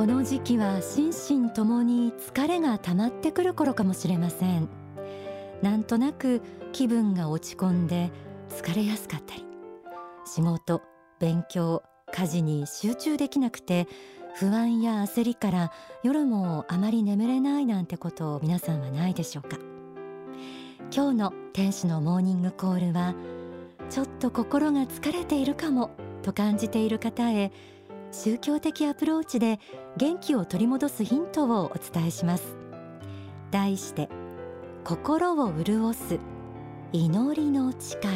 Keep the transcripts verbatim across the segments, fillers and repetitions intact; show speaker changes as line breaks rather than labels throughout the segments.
この時期は心身ともに疲れが溜まってくる頃かもしれません。なんとなく気分が落ち込んで疲れやすかったり、仕事、勉強、家事に集中できなくて不安や焦りから夜もあまり眠れないなんてことを皆さんはないでしょうか。今日の天使のモーニングコールは、ちょっと心が疲れているかもと感じている方へ、宗教的アプローチで元気を取り戻すヒントをお伝えします。題して、心を潤す祈りの力。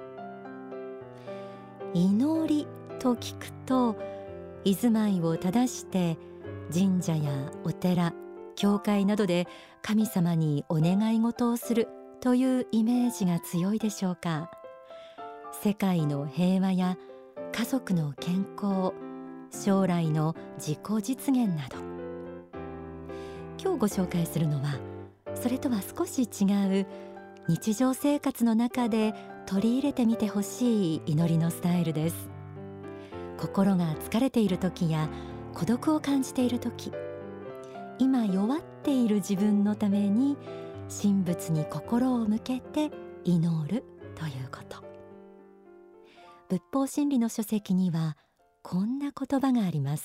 祈りと聞くと、居住まいを正して神社やお寺、教会などで神様にお願い事をするというイメージが強いでしょうか。世界の平和や家族の健康、将来の自己実現など。今日ご紹介するのは、それとは少し違う日常生活の中で取り入れてみてほしい祈りのスタイルです。心が疲れている時や孤独を感じている時、今弱っている自分のために神仏に心を向けて祈るということ。仏法真理の書籍にはこんな言葉があります。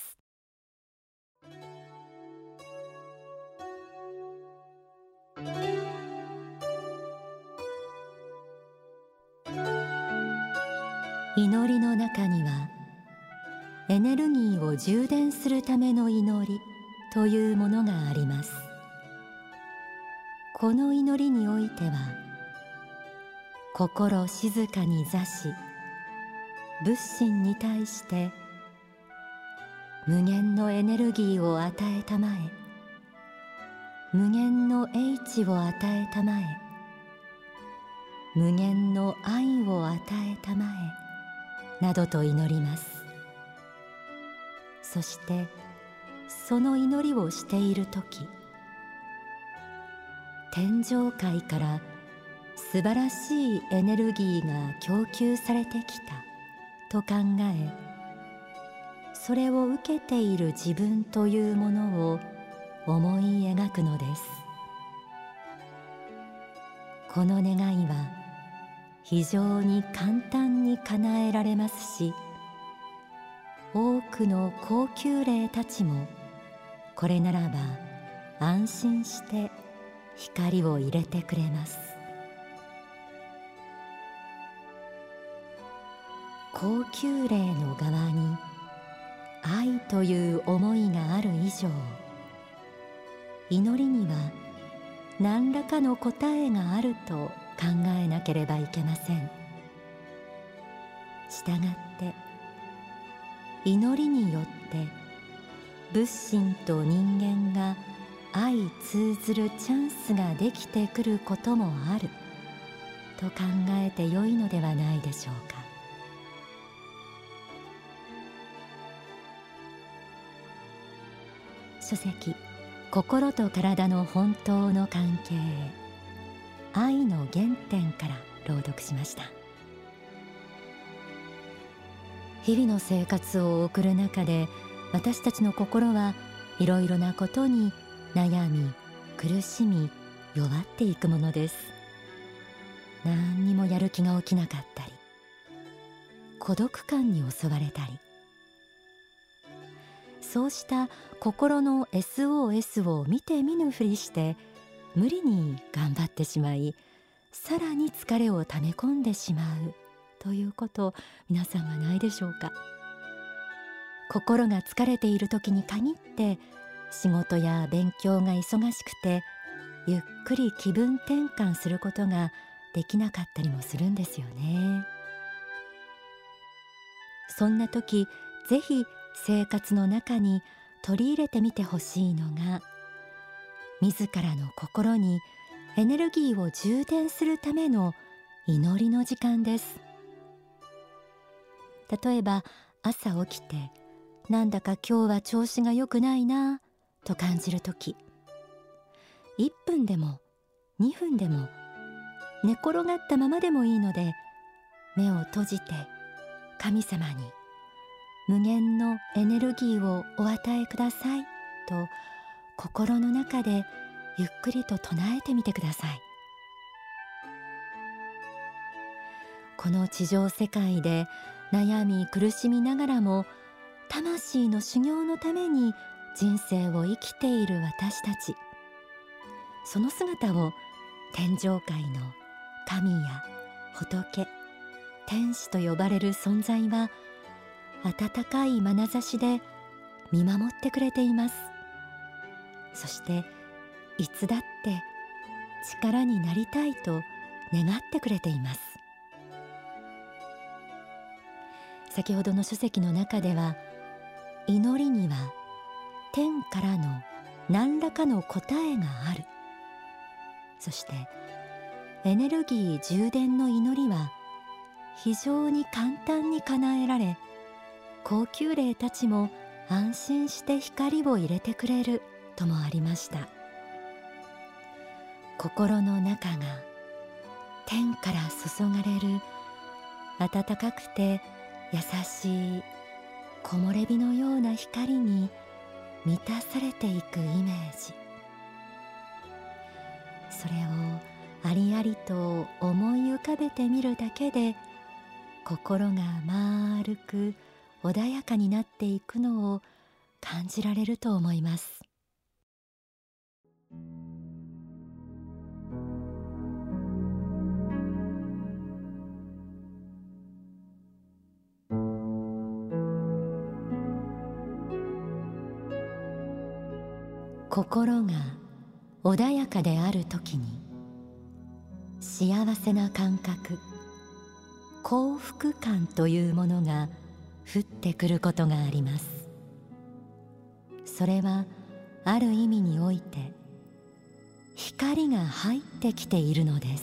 祈りの中には、エネルギーを充電するための祈りというものがあります。この祈りにおいては、心静かに座し、仏心に対して無限のエネルギーを与えたまえ、無限の英知を与えたまえ、無限の愛を与えたまえなどと祈ります。そしてその祈りをしているとき、天上界から素晴らしいエネルギーが供給されてきたと考え、それを受けている自分というものを思い描くのです。この願いは非常に簡単に叶えられますし、多くの高級霊たちもこれならば安心して光を入れてくれます。高級霊の側に愛という思いがある以上、祈りには何らかの答えがあると考えなければいけません。したがって祈りによって仏心と人間が相通ずるチャンスができてくることもあると考えてよいのではないでしょうか。書籍、心と体の本当の関係、愛の原点から朗読しました。日々の生活を送る中で、私たちの心はいろいろなことに悩み、苦しみ、弱っていくものです。何にもやる気が起きなかったり、孤独感に襲われたり、そうした心の エスオーエス を見て見ぬふりして無理に頑張ってしまい、さらに疲れをため込んでしまうということ、皆さんはないでしょうか。心が疲れている時に限って仕事や勉強が忙しくて、ゆっくり気分転換することができなかったりもするんですよね。そんな時、ぜひ生活の中に取り入れてみてほしいのが、自らの心にエネルギーを充電するための祈りの時間です。例えば朝起きて、なんだか今日は調子が良くないなと感じるとき、いっぷんでもにふんでも寝転がったままでもいいので、目を閉じて神様に無限のエネルギーをお与えくださいと心の中でゆっくりと唱えてみてください。この地上世界で悩み苦しみながらも魂の修行のために人生を生きている私たち、その姿を天上界の神や仏、天使と呼ばれる存在は温かい眼差しで見守ってくれています。そしていつだって力になりたいと願ってくれています。先ほどの書籍の中では、祈りには天からの何らかの答えがある、そしてエネルギー充電の祈りは非常に簡単に叶えられ、高級霊たちも安心して光を入れてくれるともありました。心の中が天から注がれる暖かくて優しい木漏れ日のような光に満たされていくイメージ、それをありありと思い浮かべてみるだけで、心が丸く穏やかになっていくのを感じられると思います。心が穏やかであるときに、幸せな感覚、幸福感というものが降ってくることがあります。それはある意味において光が入ってきているのです。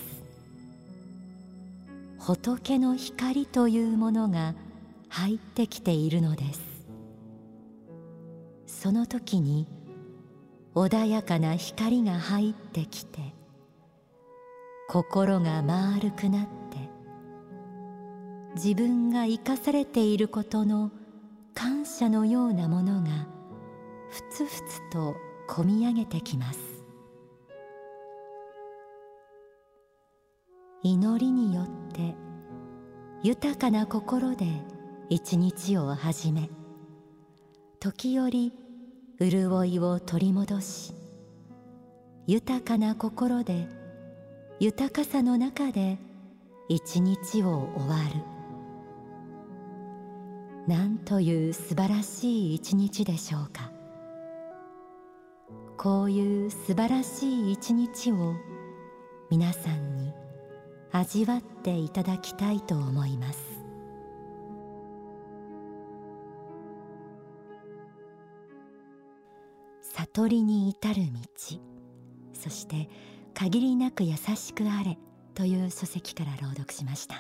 仏の光というものが入ってきているのです。その時に穏やかな光が入ってきて、心が丸くなって、自分が生かされていることの感謝のようなものがふつふつとこみ上げてきます。祈りによって豊かな心で一日を始め、時折潤いを取り戻し、豊かな心で豊かさの中で一日を終わる。なんという素晴らしい一日でしょうか。こういう素晴らしい一日を皆さんに味わっていただきたいと思います。悟りに至る道、そして限りなく優しくあれという書籍から朗読しました。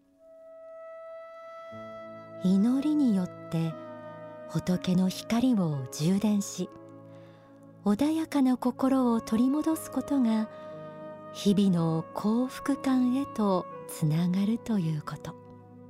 祈りによって仏の光を充電し、穏やかな心を取り戻すことが日々の幸福感へとつながるということ。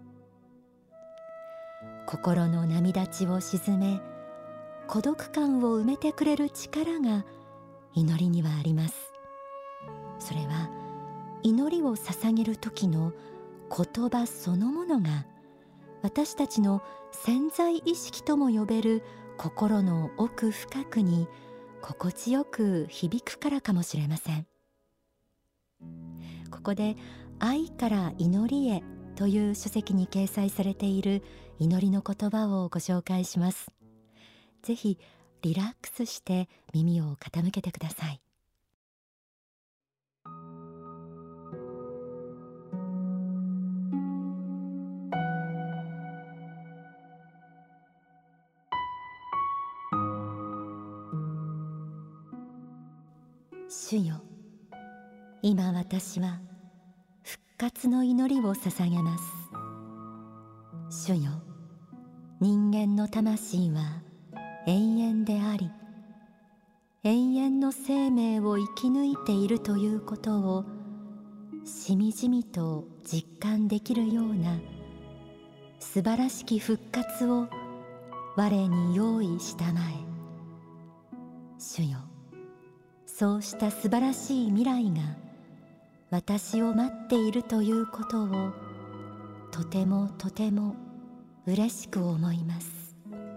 心の波立ちを鎮め、孤独感を埋めてくれる力が祈りにはあります。それは祈りを捧げる時の言葉そのものが、私たちの潜在意識とも呼べる心の奥深くに心地よく響くからかもしれません。ここで愛から祈りへという書籍に掲載されている祈りの言葉をご紹介します。ぜひリラックスして耳を傾けてください。主よ、今私は復活の祈りを捧げます。主よ、人間の魂は永遠であり、永遠の生命を生き抜いているということをしみじみと実感できるような素晴らしき復活を我に用意したまえ。主よ、そうした素晴らしい未来が私を待っているということをとてもとても嬉しく思います。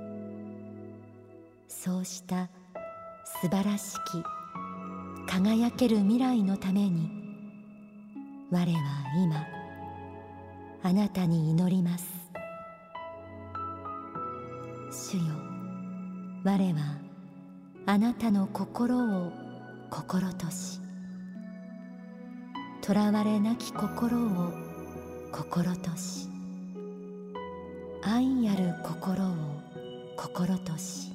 そうした素晴らしき輝ける未来のために、我は今あなたに祈ります。主よ、我はあなたの心を心とし、とらわれなき心を心とし、愛ある心を心とし、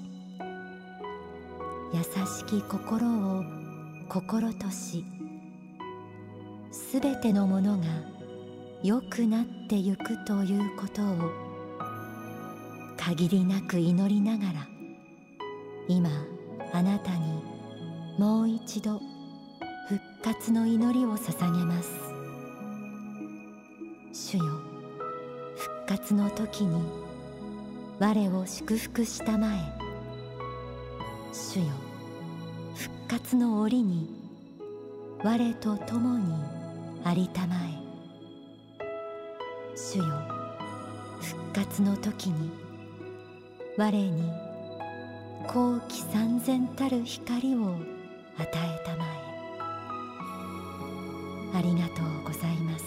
優しき心を心とし、すべてのものが良くなってゆくということを限りなく祈りながら、今あなたにもう一度復活の祈りを捧げます。主よ、復活の時に我を祝福したまえ。主よ、復活の折に我と共にありたまえ。主よ、復活の時に我に光輝燦然たる光を与えたまえ。ありがとうございます。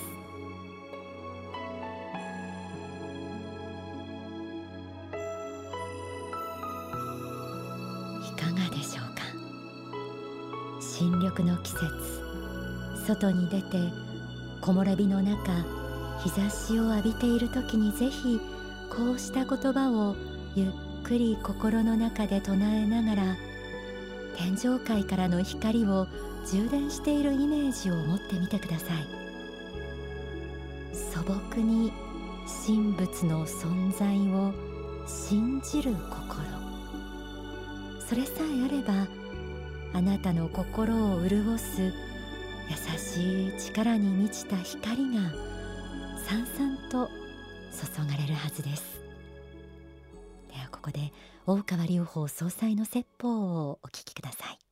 いかがでしょうか。新緑の季節、外に出て木漏れ日の中、日差しを浴びている時にぜひこうした言葉をゆっくり心の中で唱えながら、天上界からの光を充電しているイメージを持ってみてください。素朴に神仏の存在を信じる心、それさえあればあなたの心を潤す優しい力に満ちた光がさんさんと注がれるはずです。ではここで大川隆法総裁の説法をお聞きください。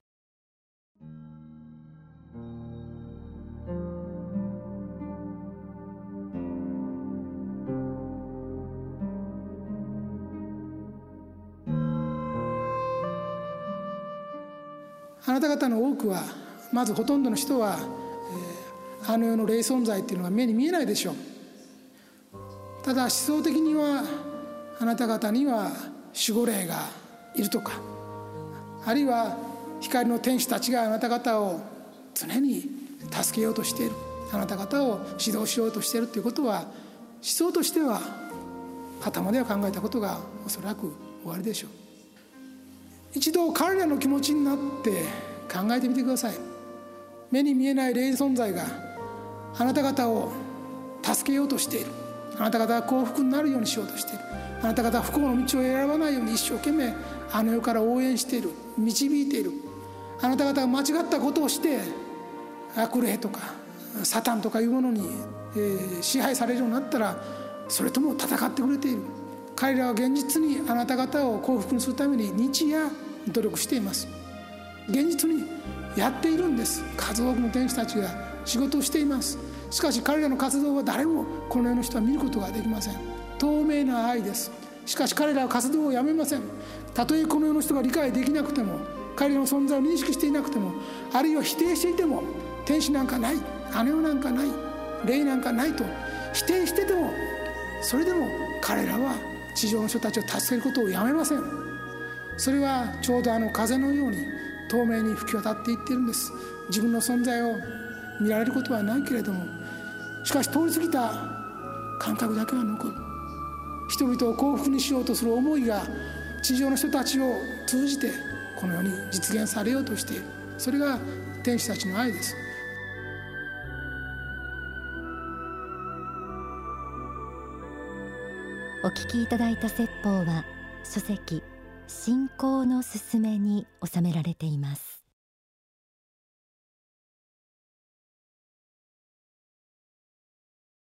あなた方の多くは、まずほとんどの人は、えー、あの世の霊存在っていうのが目に見えないでしょう。ただ思想的にはあなた方には守護霊がいるとか、あるいは光の天使たちがあなた方を常に助けようとしている、あなた方を指導しようとしているということは、思想としては頭では考えたことがおそらく終わりでしょう。一度彼らの気持ちになって考えてみてください。目に見えない霊存在があなた方を助けようとしている、あなた方が幸福になるようにしようとしている、あなた方は不幸の道を選ばないように一生懸命あの世から応援している、導いている。あなた方が間違ったことをして悪霊とかサタンとかいうものに、えー、支配されるようになったら、それとも戦ってくれている。彼らは現実にあなた方を幸福にするために日夜努力しています。現実にやっているんです。数多くの天使たちが仕事をしています。しかし彼らの活動は誰もこの世の人は見ることができません。透明な愛です。しかし彼らは活動をやめません。たとえこの世の人が理解できなくても、彼らの存在を認識していなくても、あるいは否定していても、天使なんかない、あの世なんかない、霊なんかないと否定してても、それでも彼らは地上の人たちを助けることをやめません。それはちょうどあの風のように透明に吹き渡っていっているんです。自分の存在を見られることはないけれども、しかし通り過ぎた感覚だけは残る。人々を幸福にしようとする思いが地上の人たちを通じてこの世に実現されようとしている。それが天使たちの愛です。
お聞きいただいた説法は書籍信仰のすすめに収められています。